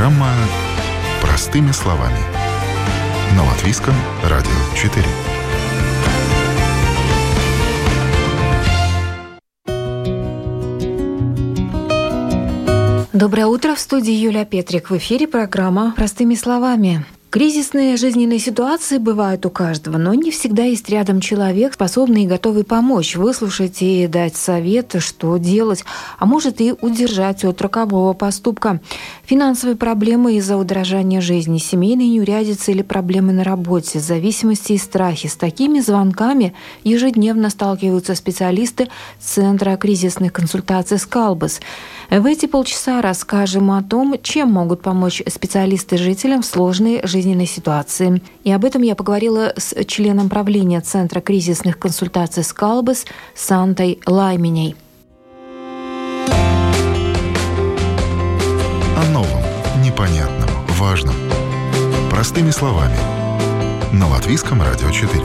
Программа «Простыми словами» на Латвийском радио 4. Доброе утро, в студии Юлия Петрик. В эфире программа «Простыми словами». Кризисные жизненные ситуации бывают у каждого, но не всегда есть рядом человек, способный и готовый помочь, выслушать и дать совет, что делать, а может и удержать от рокового поступка. Финансовые проблемы из-за удорожания жизни, семейные неурядицы или проблемы на работе, зависимости и страхи. С такими звонками ежедневно сталкиваются специалисты Центра кризисных консультаций «Скалбас». В эти полчаса расскажем о том, чем могут помочь специалисты жителям в сложной жизненной ситуации. И об этом я поговорила с членом правления Центра кризисных консультаций «Скалбас» Сантой Лайменей. О новом, непонятном, важном. Простыми словами. На Латвийском радио 4.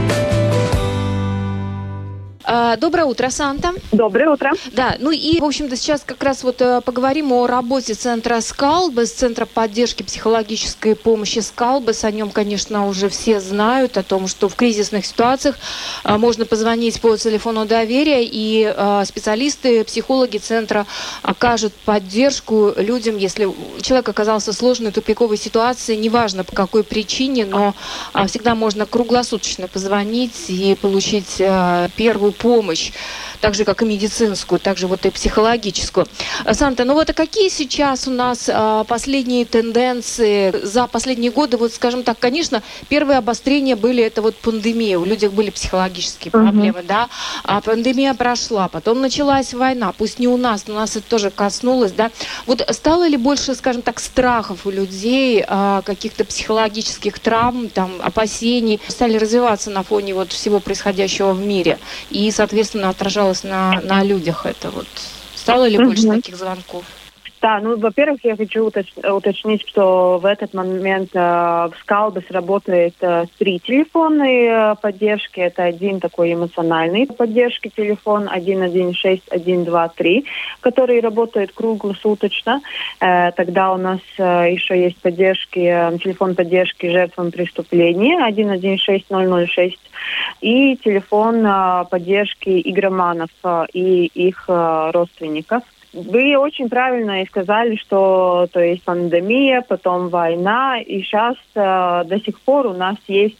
Доброе утро, Санта. Доброе утро. Да, ну и, в общем-то, сейчас как раз вот поговорим о работе Центра Скалбас, Центра поддержки психологической помощи Скалбас. О нем, конечно, уже все знают, о том, что в кризисных ситуациях можно позвонить по телефону доверия, и специалисты, психологи Центра окажут поддержку людям, если человек оказался в сложной тупиковой ситуации, неважно по какой причине, но всегда можно круглосуточно позвонить и получить первую помощь, так же, как и медицинскую, так же вот и психологическую. Санта, ну вот какие сейчас у нас последние тенденции за последние годы? Вот, скажем так, конечно, первые обострения были, это вот пандемия, у людей были психологические проблемы, да, а пандемия прошла, потом началась война, пусть не у нас, но нас это тоже коснулось, да. Вот стало ли больше, скажем так, страхов у людей, каких-то психологических травм, там, опасений, стали развиваться на фоне вот всего происходящего в мире? И, соответственно, отражалось на людях это вот. Стало ли больше таких звонков? Да, ну, во-первых, я хочу уточнить, что в этот момент в Скалбас работает 3 телефонные поддержки. Это один такой эмоциональный поддержки телефон 116 123, который работает круглосуточно. Тогда у нас еще есть телефон поддержки жертвам преступления 116 006 и телефон поддержки игроманов и их родственников. Вы очень правильно и сказали, что то есть пандемия, потом война, и сейчас до сих пор у нас есть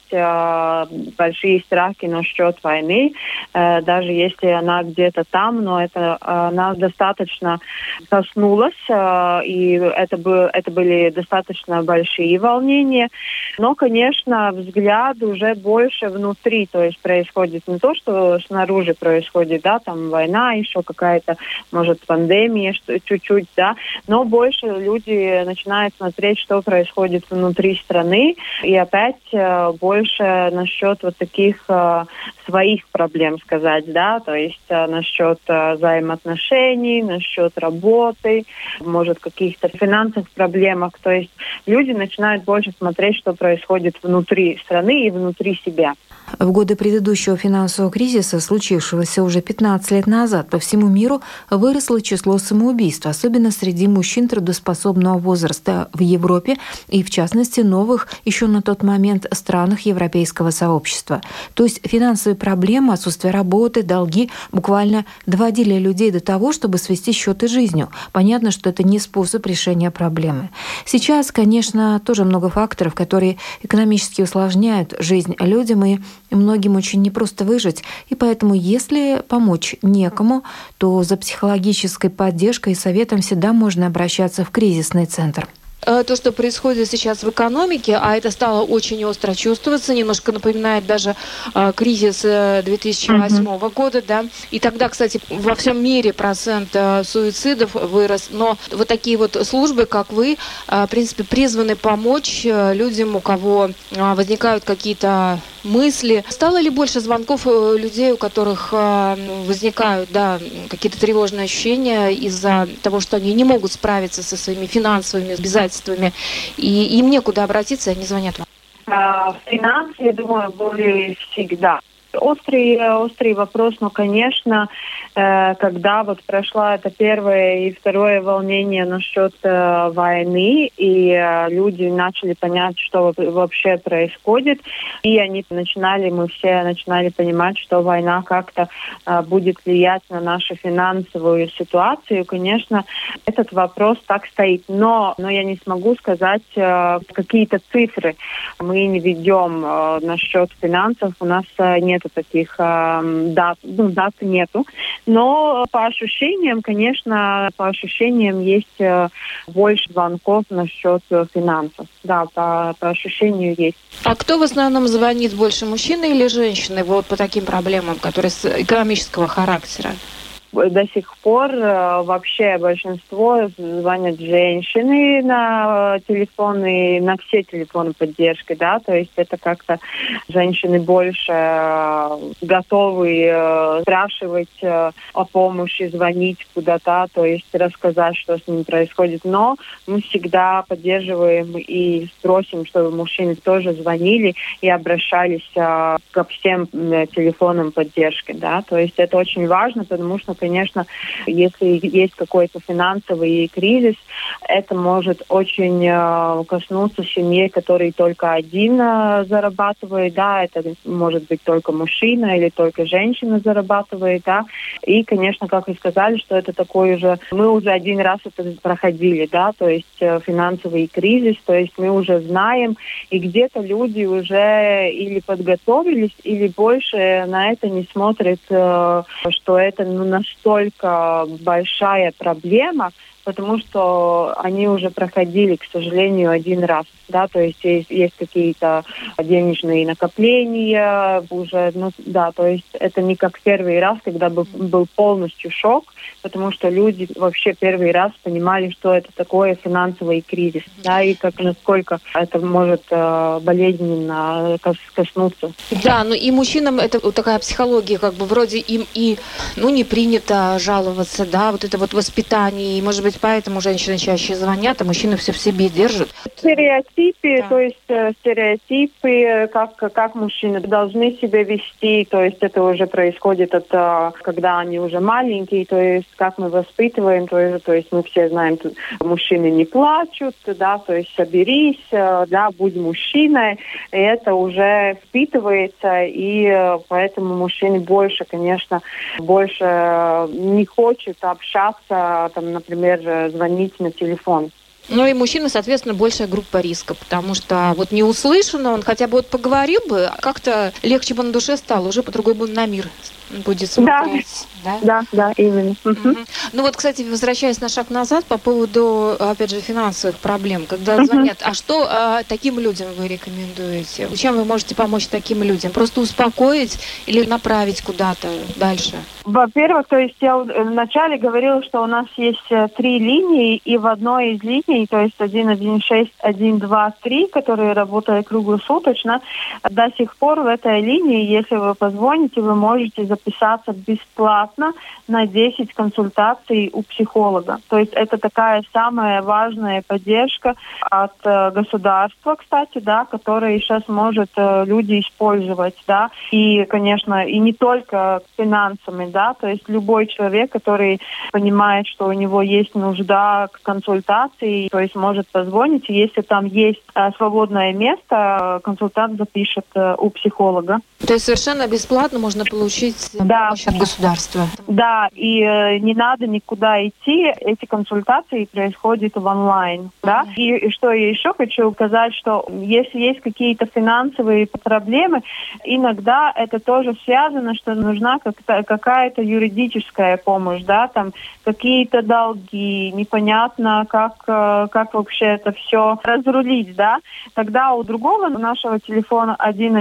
большие страхи насчет войны, даже если она где-то там, но это нас достаточно коснулось, и это были достаточно большие волнения. Но, конечно, взгляд уже больше внутри, то есть происходит не то, что снаружи происходит, да, там война, еще какая-то, может, пандемия, чуть-чуть, да, но больше люди начинают смотреть, что происходит внутри страны, и опять больше насчет вот таких своих проблем сказать, да, то есть насчет взаимоотношений, насчет работы, может, каких-то финансовых проблемах, то есть люди начинают больше смотреть, что происходит внутри страны и внутри себя. В годы предыдущего финансового кризиса, случившегося уже 15 лет назад, по всему миру выросло число самоубийств, особенно среди мужчин трудоспособного возраста в Европе и, в частности, новых еще на тот момент странах европейского сообщества. То есть финансовые проблемы, отсутствие работы, долги буквально доводили людей до того, чтобы свести счеты с жизнью. Понятно, что это не способ решения проблемы. Сейчас, конечно, тоже много факторов, которые экономически усложняют жизнь людям, и многим очень непросто выжить. И поэтому, если помочь некому, то за психологической поддержкой и советом всегда можно обращаться в кризисный центр. То, что происходит сейчас в экономике, а это стало очень остро чувствоваться, немножко напоминает даже кризис 2008 года, да. И тогда, кстати, во всем мире процент суицидов вырос. Но вот такие вот службы, как вы, в принципе, призваны помочь людям, у кого возникают какие-то мысли. Стало ли больше звонков людей, у которых возникают, да, какие-то тревожные ощущения из-за того, что они не могут справиться со своими финансовыми обязательствами, и им некуда обратиться, они звонят вам? Финансы, я думаю, были всегда. Острый вопрос, но, конечно, когда вот прошло это первое и второе волнение насчет войны, и люди начали понять, что вообще происходит, и мы все начинали понимать, что война как-то будет влиять на нашу финансовую ситуацию, конечно, этот вопрос так стоит. Но я не смогу сказать какие-то цифры. Мы не ведем насчет финансов, у нас нету таких дат нету. Но по ощущениям, конечно, есть больше звонков насчет финансов. Да, по ощущению есть. А кто в основном звонит больше, мужчины или женщины, вот по таким проблемам, которые экономического характера? До сих пор вообще большинство звонят женщины на телефоны, на все телефоны поддержки, да, то есть это как-то женщины больше готовы спрашивать о помощи, звонить куда-то, то есть рассказать, что с ними происходит. Но мы всегда поддерживаем и просим, чтобы мужчины тоже звонили и обращались ко всем телефонам поддержки, да, то есть это очень важно, потому что, конечно, если есть какой-то финансовый кризис, это может очень коснуться семьи, которые только один зарабатывает, да, это может быть только мужчина или только женщина зарабатывает, да, и, конечно, как вы сказали, что это такой уже, мы уже один раз это проходили, да, то есть финансовый кризис, то есть мы уже знаем, и где-то люди уже или подготовились, или больше на это не смотрят, что это настолько большая проблема, потому что они уже проходили, к сожалению, один раз. Да, то есть есть какие-то денежные накопления уже, то есть это не как первый раз, когда был полностью шок, потому что люди вообще первый раз понимали, что это такое финансовый кризис, да, и насколько это может болезненно коснуться. Да, и мужчинам это вот такая психология, как бы вроде им и, не принято жаловаться, да, вот это вот воспитание, и, может быть, поэтому женщины чаще звонят, а мужчины все в себе держат. Стереотипы, да. То есть стереотипы, как мужчины должны себя вести, то есть это уже происходит когда они уже маленькие, то есть как мы воспитываем, то есть мы все знаем, мужчины не плачут, да, то есть соберись, да, будь мужчиной, и это уже впитывается, и поэтому мужчины больше не хочет общаться, там, например, звонить на телефон. И мужчина, соответственно, большая группа риска, потому что вот не услышано, он хотя бы поговорил бы, как-то легче бы на душе стало, уже по-другому на мир будет смотреть. Да, именно. Угу. Кстати, возвращаясь на шаг назад по поводу, опять же, финансовых проблем, когда звонят, а что таким людям вы рекомендуете? Чем вы можете помочь таким людям? Просто успокоить или направить куда-то дальше? Во-первых, то есть я вначале говорила, что у нас есть 3 линии, и в одной из линий, то есть 116, 123, которые работают круглосуточно, до сих пор в этой линии, если вы позвоните, вы можете записаться бесплатно на 10 консультаций у психолога. То есть это такая самая важная поддержка от государства, кстати, да, которая сейчас может люди использовать, да, и, конечно, и не только финансами, да, то есть любой человек, который понимает, что у него есть нужда к консультации, то есть может позвонить, и если там есть свободное место, консультант запишет у психолога. То есть совершенно бесплатно можно получить помощь от государства? Да, и не надо никуда идти, эти консультации происходят в онлайн, да. И что я еще хочу указать, что если есть какие-то финансовые проблемы, иногда это тоже связано, что нужна какая-то юридическая помощь, да, там какие-то долги, непонятно, как вообще это все разрулить, да. Тогда у другого нашего телефона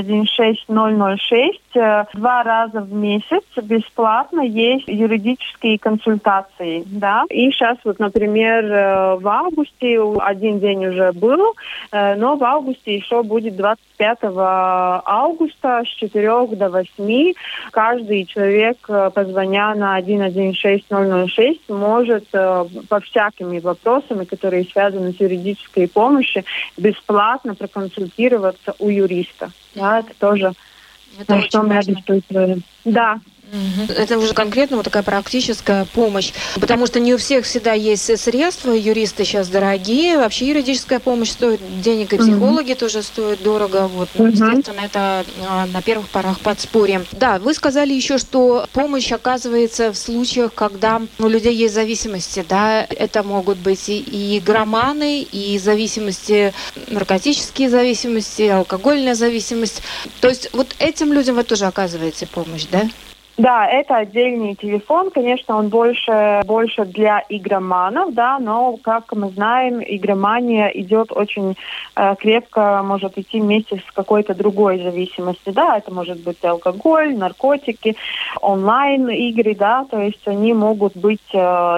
116006 2 раза в месяц бесплатно есть юридические консультации, да. И сейчас вот, например, в августе 1 день уже был, но в августе еще будет 25 августа с 4 до 8. Каждый человек, позвоня на 116006, может по всякими вопросами, которые связаны с юридической помощью, бесплатно проконсультироваться у юриста. Да, это тоже Это что очень мы важно. обеспечиваем. Да. Это уже конкретно вот такая практическая помощь, потому что не у всех всегда есть средства, юристы сейчас дорогие, вообще юридическая помощь стоит денег, и психологи тоже стоят дорого, вот, ну, естественно, это на первых порах подспорье. Да, вы сказали еще, что помощь оказывается в случаях, когда у людей есть зависимости, да, это могут быть и игроманы, и зависимости, наркотические зависимости, алкогольная зависимость, то есть вот этим людям вы тоже оказываете помощь, да? Да, это отдельный телефон, конечно, он больше для игроманов, да, но, как мы знаем, игромания идет очень крепко, может идти вместе с какой-то другой зависимостью, да, это может быть алкоголь, наркотики, онлайн-игры, да, то есть они могут быть 2,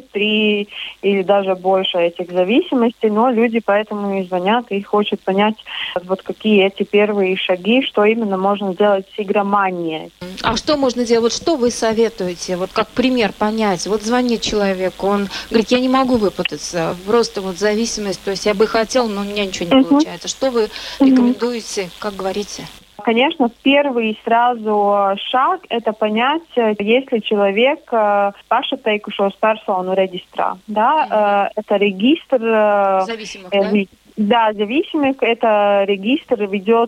3 или даже больше этих зависимостей, но люди поэтому и звонят и хотят понять, вот какие эти первые шаги, что именно можно сделать с игроманией. А что можно делать? Вот что вы советуете? Вот как пример понять. Вот звонит человек, он говорит, я не могу выпутаться, просто вот зависимость, то есть я бы хотел, но у меня ничего не получается. Что вы рекомендуете, как говорите? Конечно, первый сразу шаг – это понять, если человек pašateikušos personu reģistrā. Да, это регистр зависимых, да? Да, зависимых. Это регистр ведет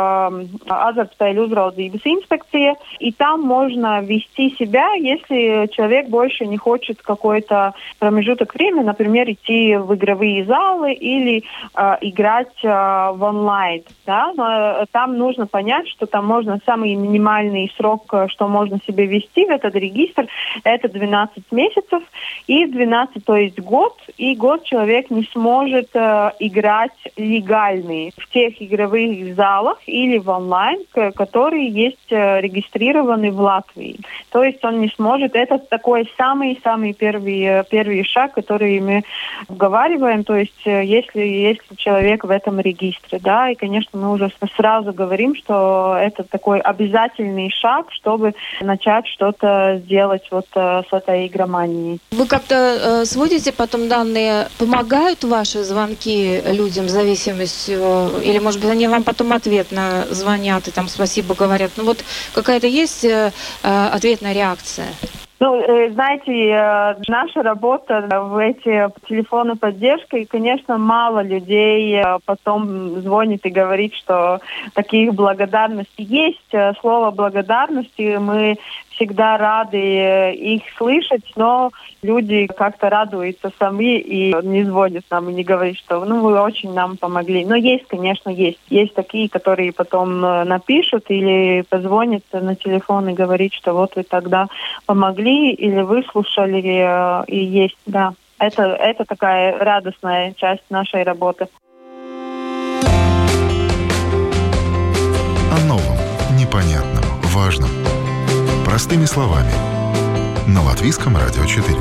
азартспēļu uzraudzības инспекция, и там можно ввести себя, если человек больше не хочет какой-то промежуток времени, например, идти в игровые залы или играть в онлайн. Да? Но там нужно понять, что там можно самый минимальный срок, что можно себе ввести в этот регистр, это 12 месяцев, и 12, то есть год, и год человек не сможет играть легальные в тех игровых залах или в онлайн, которые есть регистрированы в Латвии. То есть он не сможет. Это такой самый первый шаг, который мы обговариваем. То есть если человек в этом регистре, да, и, конечно, мы уже сразу говорим, что это такой обязательный шаг, чтобы начать что-то сделать вот с этой игроманией. Вы как-то сводите потом данные, помогают ваши звонки людям с зависимостью, или, может быть, они вам потом ответно звонят и там спасибо говорят. Ну вот какая-то есть ответная реакция? Ну, знаете, наша работа в эти телефоны поддержки, и, конечно, мало людей потом звонит и говорит, что таких благодарностей есть. Слово благодарности, мы всегда рады их слышать, но люди как-то радуются сами и не звонят нам и не говорят, что вы очень нам помогли. Но есть, конечно, есть. Есть такие, которые потом напишут или позвонят на телефон и говорят, что вот вы тогда помогли или выслушали, и есть, да. Это такая радостная часть нашей работы. О новом, непонятном, важном. Простыми словами. На Латвийском радио 4.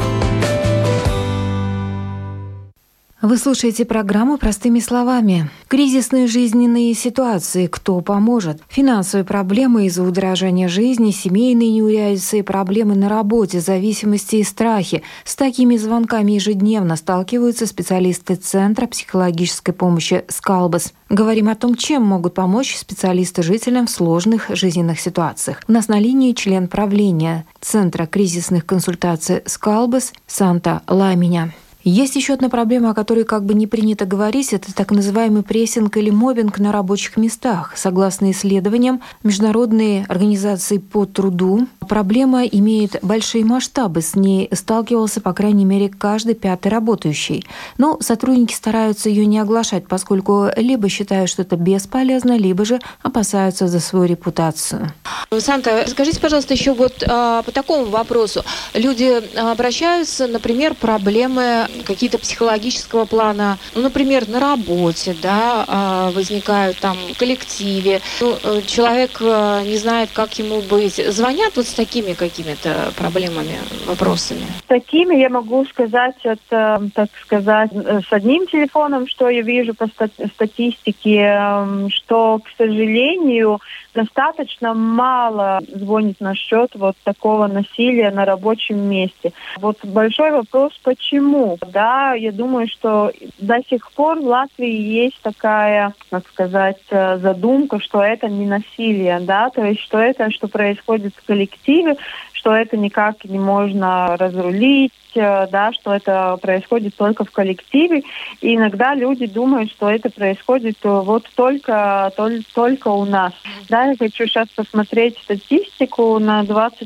Вы слушаете программу «Простыми словами». Кризисные жизненные ситуации. Кто поможет? Финансовые проблемы из-за удорожания жизни, семейные неурядицы, проблемы на работе, зависимости и страхи. С такими звонками ежедневно сталкиваются специалисты Центра психологической помощи «Скалбас». Говорим о том, чем могут помочь специалисты жителям в сложных жизненных ситуациях. У нас на линии член правления Центра кризисных консультаций «Скалбас» Санта Ламиня. Есть еще одна проблема, о которой как бы не принято говорить, это так называемый прессинг или моббинг на рабочих местах. Согласно исследованиям Международной организации по труду, проблема имеет большие масштабы, с ней сталкивался, по крайней мере, каждый 5-й работающий. Но сотрудники стараются ее не оглашать, поскольку либо считают, что это бесполезно, либо же опасаются за свою репутацию. Санта, скажите, пожалуйста, еще вот по такому вопросу. Люди обращаются, например, проблемы какие-то психологического плана, например, на работе, да, возникают там в коллективе. Человек не знает, как ему быть. Звонят вот с такими какими-то проблемами, вопросами? Такими я могу сказать, это, так сказать, с одним телефоном, что я вижу по статистике, что, к сожалению, достаточно мало мало звонит насчет вот такого насилия на рабочем месте. Вот большой вопрос, почему? Да, я думаю, что до сих пор в Латвии есть такая, как сказать, задумка, что это не насилие, да, то есть что это, что происходит в коллективе, что это никак не можно разрулить, да, что это происходит только в коллективе. И иногда люди думают, что это происходит вот только у нас. Да, я хочу сейчас посмотреть статистику на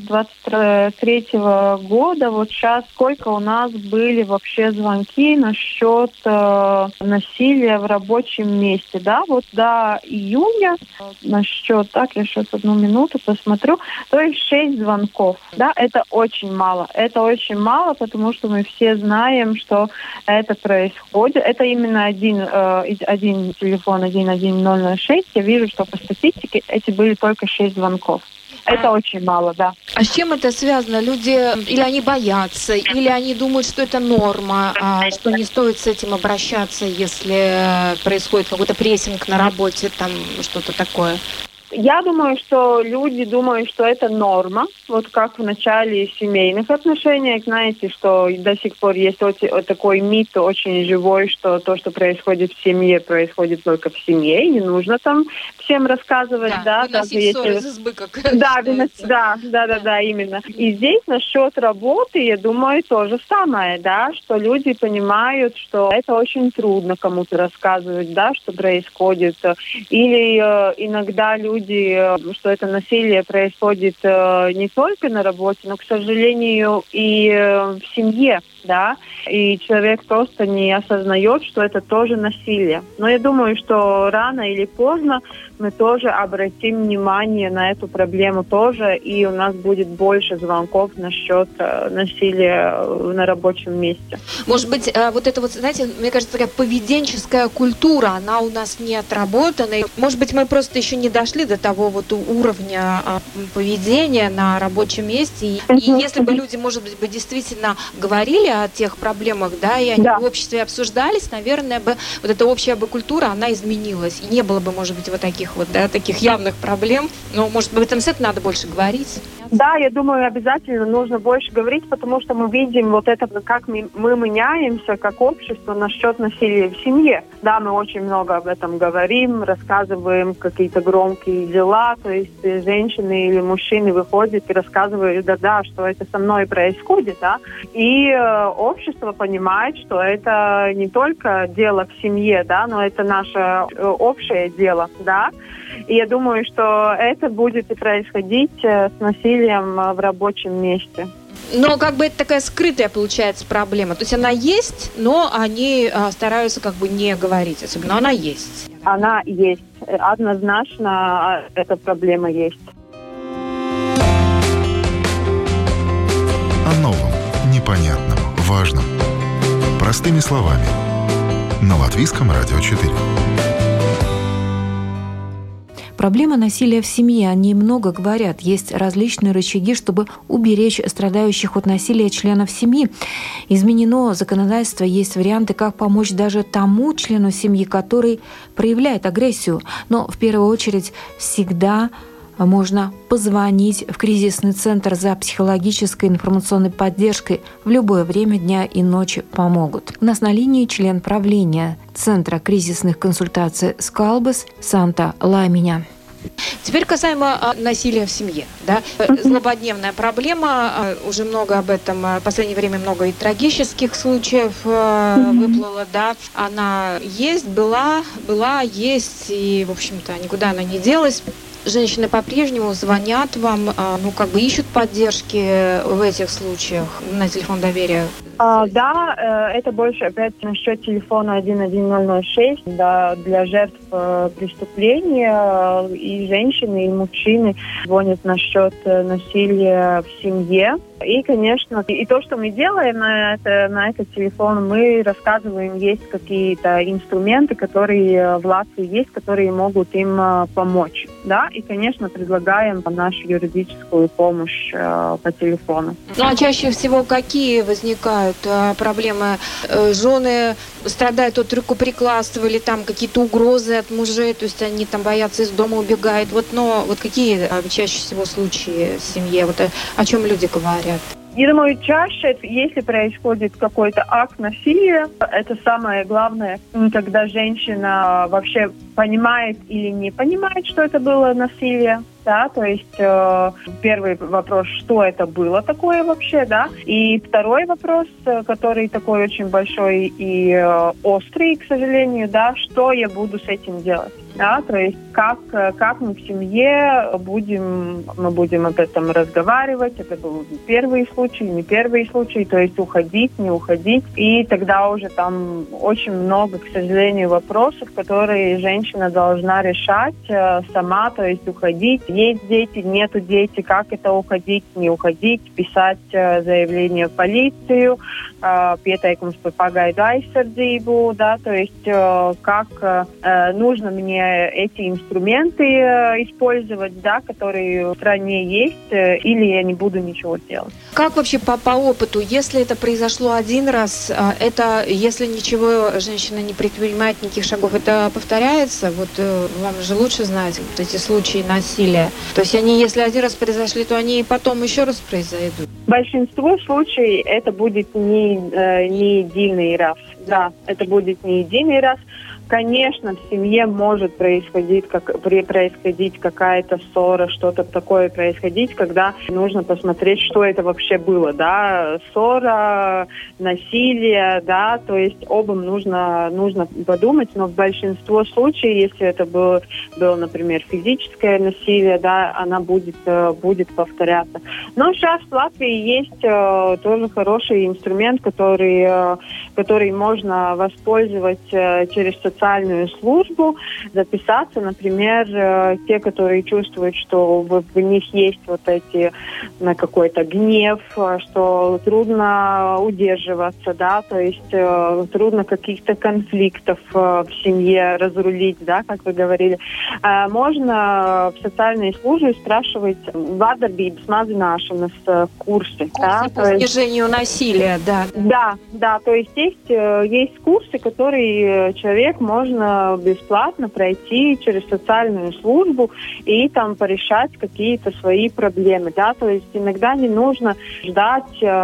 2023 года. Вот сейчас сколько у нас были вообще звонки насчет насилия в рабочем месте. Да, вот до июня насчет, так, я сейчас одну минуту посмотрю, то есть 6 звонков. Да, это очень мало. Это очень мало, потому что мы все знаем, что это происходит. Это именно один телефон 11006. Я вижу, что по статистике эти были только 6 звонков. Это очень мало, да. А с чем это связано? Люди или они боятся, или они думают, что это норма, что не стоит с этим обращаться, если происходит какой-то прессинг на работе, там что-то такое? Я думаю, что люди думают, что это норма. Вот как в начале семейных отношений, знаете, что до сих пор есть такой миф очень живой, что то, что происходит в семье, происходит только в семье, и не нужно там всем рассказывать. Да, выносить ссоры из избы, как да, именно. И здесь насчет работы, я думаю, то же самое, да, что люди понимают, что это очень трудно кому-то рассказывать, да, что происходит. Или иногда люди, что это насилие происходит не только на работе, но, к сожалению, и в семье, да, и человек просто не осознает, что это тоже насилие. Но я думаю, что рано или поздно мы тоже обратим внимание на эту проблему тоже, и у нас будет больше звонков насчет насилия на рабочем месте. Может быть, вот это вот, знаете, мне кажется, такая поведенческая культура, она у нас не отработана. Может быть, мы просто еще не дошли до того вот уровня поведения на рабочем месте. И если бы люди, может быть, действительно говорили о тех проблемах, да, и они в обществе обсуждались, наверное, бы вот эта общая бы культура, она изменилась. И не было бы, может быть, вот таких вот, да, таких явных проблем. Но, может быть, об этом надо больше говорить. Да, я думаю, обязательно нужно больше говорить, потому что мы видим вот это, как мы меняемся как общество насчет насилия в семье. Да, мы очень много об этом говорим, рассказываем какие-то громкие дела, то есть женщины или мужчины выходят и рассказывают, да, что это со мной происходит, да, и общество понимает, что это не только дело в семье, да, но это наше общее дело, да. И я думаю, что это будет и происходить с насилием в рабочем месте. Но как бы это такая скрытая, получается, проблема. То есть она есть, но они стараются как бы не говорить особенно. Но она есть. Она есть. Однозначно эта проблема есть. О новом, непонятном, важном. Простыми словами. На Латвийском радио 4. Проблема насилия в семье, они много говорят. Есть различные рычаги, чтобы уберечь страдающих от насилия членов семьи. Изменено законодательство, есть варианты, как помочь даже тому члену семьи, который проявляет агрессию. Но в первую очередь всегда можно позвонить в кризисный центр за психологической информационной поддержкой. В любое время дня и ночи помогут. У нас на линии член правления Центра кризисных консультаций «Скалбес» Санта Ламиня. Теперь касаемо насилия в семье. Да? Злободневная проблема. Уже много об этом. В последнее время много и трагических случаев выплыло. Да? Она есть, была, есть. И, в общем-то, никуда она не делась. Женщины по-прежнему звонят вам, ищут поддержки в этих случаях на телефон доверия? Да, это больше опять насчет телефона 11006, да, для жертв преступления. И женщины, и мужчины звонят насчет насилия в семье. И, конечно, и то, что мы делаем на этот телефон, мы рассказываем, есть какие-то инструменты, которые в Латвии есть, которые могут им помочь. да, и, конечно, предлагаем нашу юридическую помощь по телефону. Ну, а чаще всего какие возникают проблемы? Жены страдают от рукоприкладства или там какие-то угрозы от мужей, то есть они там боятся, из дома убегают. Но какие чаще всего случаи в семье? О чем люди говорят? Я думаю, чаще, если происходит какой-то акт насилия, это самое главное, когда женщина вообще понимает или не понимает, что это было насилие. Да, то есть первый вопрос, что это было такое вообще, да, и второй вопрос, который такой очень большой и острый, к сожалению, да, что я буду с этим делать, да, то есть как мы в семье мы будем об этом разговаривать, это был первый случай, не первый случай, то есть уходить, не уходить, и тогда уже там очень много, к сожалению, вопросов, которые женщина должна решать сама, то есть уходить. Есть дети, нету дети, как это уходить, не уходить, писать заявление в полицию, pieteikums par pagaidu aizsardzību, да, то есть как нужно мне эти инструменты использовать, да, которые в стране есть, или я не буду ничего делать. Как вообще по опыту, если это произошло один раз, это, если ничего женщина не предпринимает, никаких шагов, это повторяется? Вам же лучше знать эти случаи насилия. То есть они, если один раз произошли, то они и потом еще раз произойдут? Большинство случаев это будет не единый раз. Да, это будет не единый раз. Конечно, в семье может происходить какая-то ссора, что-то такое происходить, когда нужно посмотреть, что это вообще было, да, ссора, насилие, да, то есть обам нужно подумать, но в большинстве случаев, если это было, например, физическое насилие, да, она будет повторяться. Но сейчас в Латвии есть тоже хороший инструмент, который можно воспользоваться через социальную службу, записаться, например, те, которые чувствуют, что в них есть эти какой-то гнев, что трудно удерживаться, да, то есть трудно каких-то конфликтов в семье разрулить, да, как вы говорили. Можно в социальной службе спрашивать vardarbības mazināšanas курсы. Да, по снижению насилия, да. Да, то есть есть курсы, которые человек можно бесплатно пройти через социальную службу и там порешать какие-то свои проблемы, да, то есть иногда не нужно ждать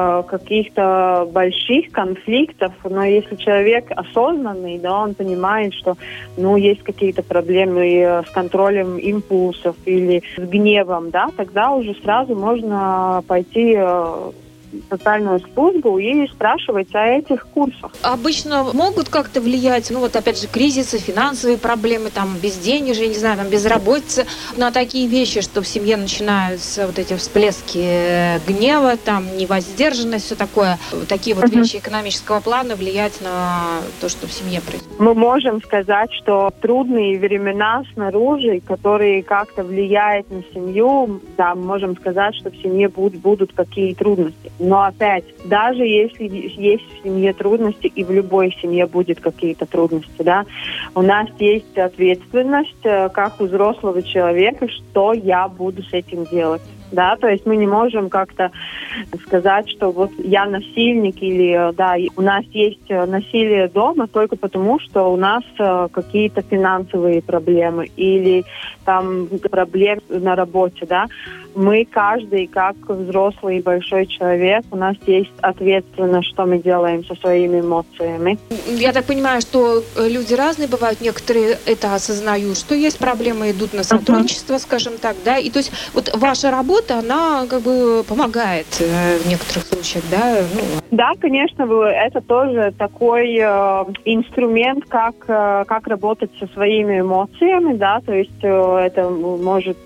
каких-то больших конфликтов, но если человек осознанный, да, он понимает, что, есть какие-то проблемы с контролем импульсов или с гневом, да, тогда уже сразу можно пойти социальную службу и спрашивать о этих курсах. Обычно могут как-то влиять, опять же, кризисы, финансовые проблемы, безденежье, не знаю, безработица, на такие вещи, что в семье начинаются эти всплески гнева, невоздержанность, все такое, такие вещи экономического плана влиять на то, что в семье происходит. Мы можем сказать, что трудные времена снаружи, которые как-то влияют на семью, да, мы можем сказать, что в семье будут какие трудности. Но опять, даже если есть в семье трудности, и в любой семье будет какие-то трудности, да, у нас есть ответственность, как у взрослого человека, что я буду с этим делать. Да, то есть мы не можем как-то сказать, что я насильник или у нас есть насилие дома только потому, что у нас какие-то финансовые проблемы или там проблемы на работе, да. Мы каждый, как взрослый и большой человек, у нас есть ответственность, что мы делаем со своими эмоциями. Я так понимаю, что люди разные бывают, некоторые это осознают, что есть проблемы, идут на сотрудничество, скажем так, да, и то есть ваша работа, она помогает в некоторых случаях, да? Да, конечно, это тоже такой инструмент, как работать со своими эмоциями, да, то есть это может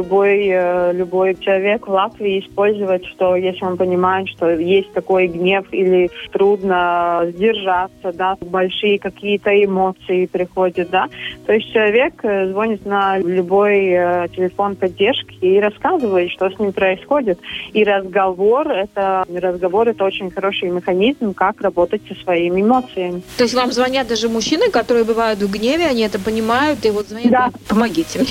любой человек в Латвии использовать, что если он понимает, что есть такой гнев или трудно сдержаться, да, большие какие-то эмоции приходят, да, то есть человек звонит на любой телефон поддержки и рассказывает, что с ним происходит. И разговор это очень хороший механизм, как работать со своими эмоциями. То есть вам звонят даже мужчины, которые бывают в гневе, они это понимают, и звонят, да. Помогите мне.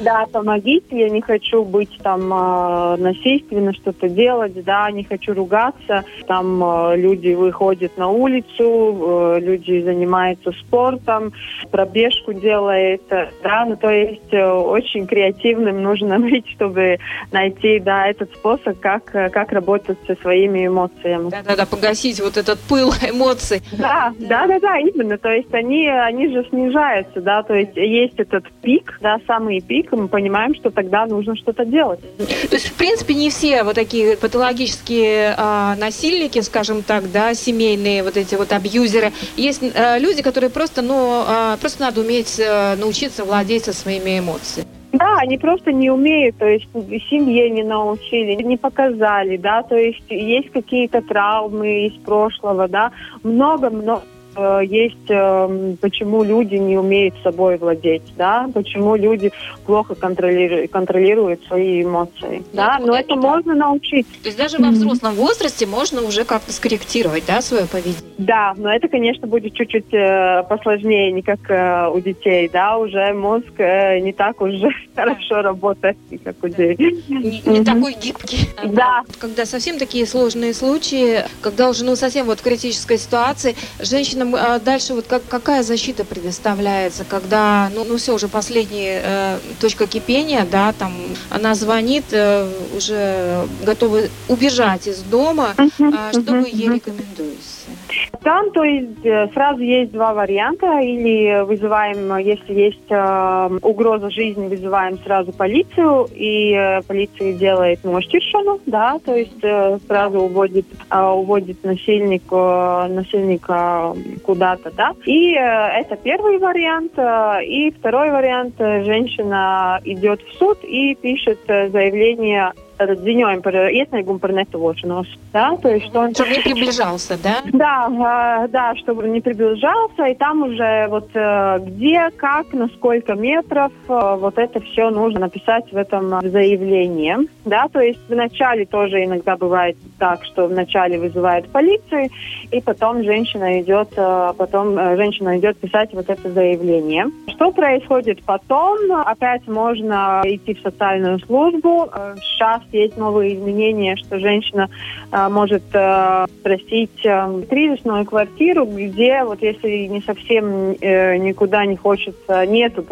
Да, помогите, я не хочу быть там насильственно что-то делать, да, не хочу ругаться. Там люди выходят на улицу, люди занимаются спортом, пробежку делают, да, ну то есть очень креативным нужно быть, чтобы найти, да, этот способ, как работать со своими эмоциями. Да, погасить вот этот пыл эмоций. Да, именно, то есть они же снижаются, да, то есть есть этот пик, да, самый пик, и мы понимаем, что тогда нужно что-то делать. То есть, в принципе, не все вот такие патологические насильники, скажем так, да, семейные вот эти вот абьюзеры. Есть люди, которые просто надо уметь научиться владеть со своими эмоциями. Да, они просто не умеют, то есть в семье не научили, не показали, да, то есть какие-то травмы из прошлого, да, много-много. Есть, почему люди не умеют собой владеть, да, почему люди плохо контролируют свои эмоции, да, но это можно научить. То есть даже во взрослом возрасте можно уже как-то скорректировать, да, свое поведение? Да, но это, конечно, будет чуть-чуть посложнее, не как у детей, да, уже мозг не так уже хорошо работает, как у детей. Не такой гибкий. Да. Когда совсем такие сложные случаи, когда уже, совсем вот в критической ситуации, женщина дальше вот какая защита предоставляется, когда, все, уже последняя точка кипения, да, там, она звонит, уже готова убежать из дома, что вы ей рекомендуете? Там, то есть, сразу есть два варианта. Или вызываем, если есть угроза жизни, вызываем сразу полицию, и полиция делает мощишину, да, то есть сразу уводит насильника куда-то, да. И это первый вариант. И второй вариант, женщина идет в суд и пишет заявление ziņojumu par iesniegumu par netuvošanos. Да, то есть, что он... Чтобы не приближался, да? Да, чтобы не приближался, и там уже вот где, как, на сколько метров, вот это все нужно написать в этом заявлении. Да, то есть вначале тоже иногда бывает так, что вначале вызывают полицию, и потом женщина идет писать вот это заявление. Что происходит потом? Опять можно идти в социальную службу. Сейчас есть новые изменения, что женщина может просить кризисную квартиру, где вот если не совсем никуда не хочется, нету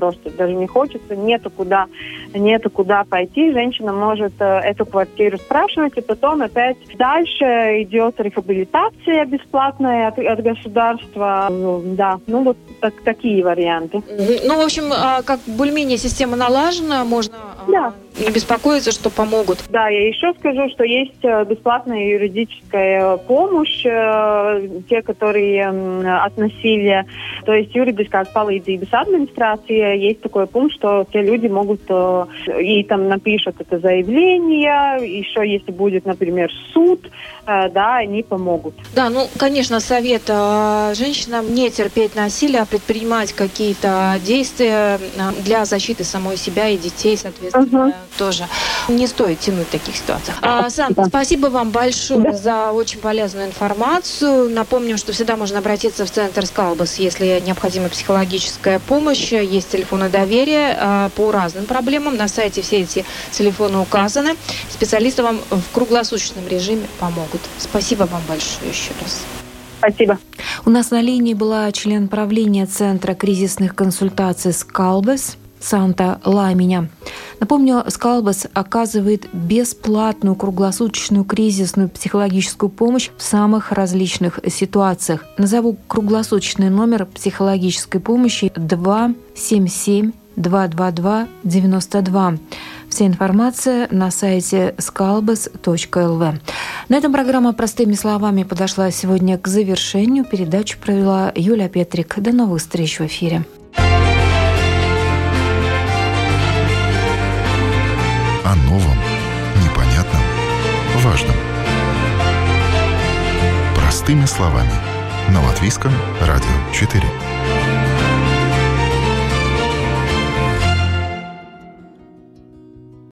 куда пойти, женщина может эту квартиру спрашивать, и потом опять дальше идет реабилитация бесплатная от государства. Вот такие варианты. В общем, как более-менее система налажена, можно не беспокоиться, что помогут. Да, я еще скажу, что есть бесплатная юридическая помощь, те, которые от насилия, то есть юридическая palīdzības администрация, есть такой пункт, что те люди могут и там напишут это заявление, еще если будет, например, суд, они помогут. Да, конечно, совет женщинам не терпеть насилие, а предпринимать какие-то действия для защиты самой себя и детей, соответственно, тоже. Не стоит тянуть в таких ситуациях. Санта, спасибо вам большое за очень полезную информацию. Напомним, что всегда можно обратиться в центр Скалбас, если необходима психологическая помощь. Есть телефоны доверия по разным проблемам. На сайте все эти телефоны указаны. Специалисты вам в круглосуточном режиме помогут. Спасибо вам большое еще раз. Спасибо. У нас на линии была член правления Центра кризисных консультаций Скалбас Санта Ламиня. Напомню, Скалбас оказывает бесплатную круглосуточную кризисную психологическую помощь в самых различных ситуациях. Назову круглосуточный номер психологической помощи 277 222 92. Вся информация на сайте skalbas.lv. На этом программа «Простыми словами» подошла сегодня к завершению. Передачу провела Юлия Петрик. До новых встреч в эфире. О новом, непонятном, важном. Простыми словами. На Латвийском радио 4.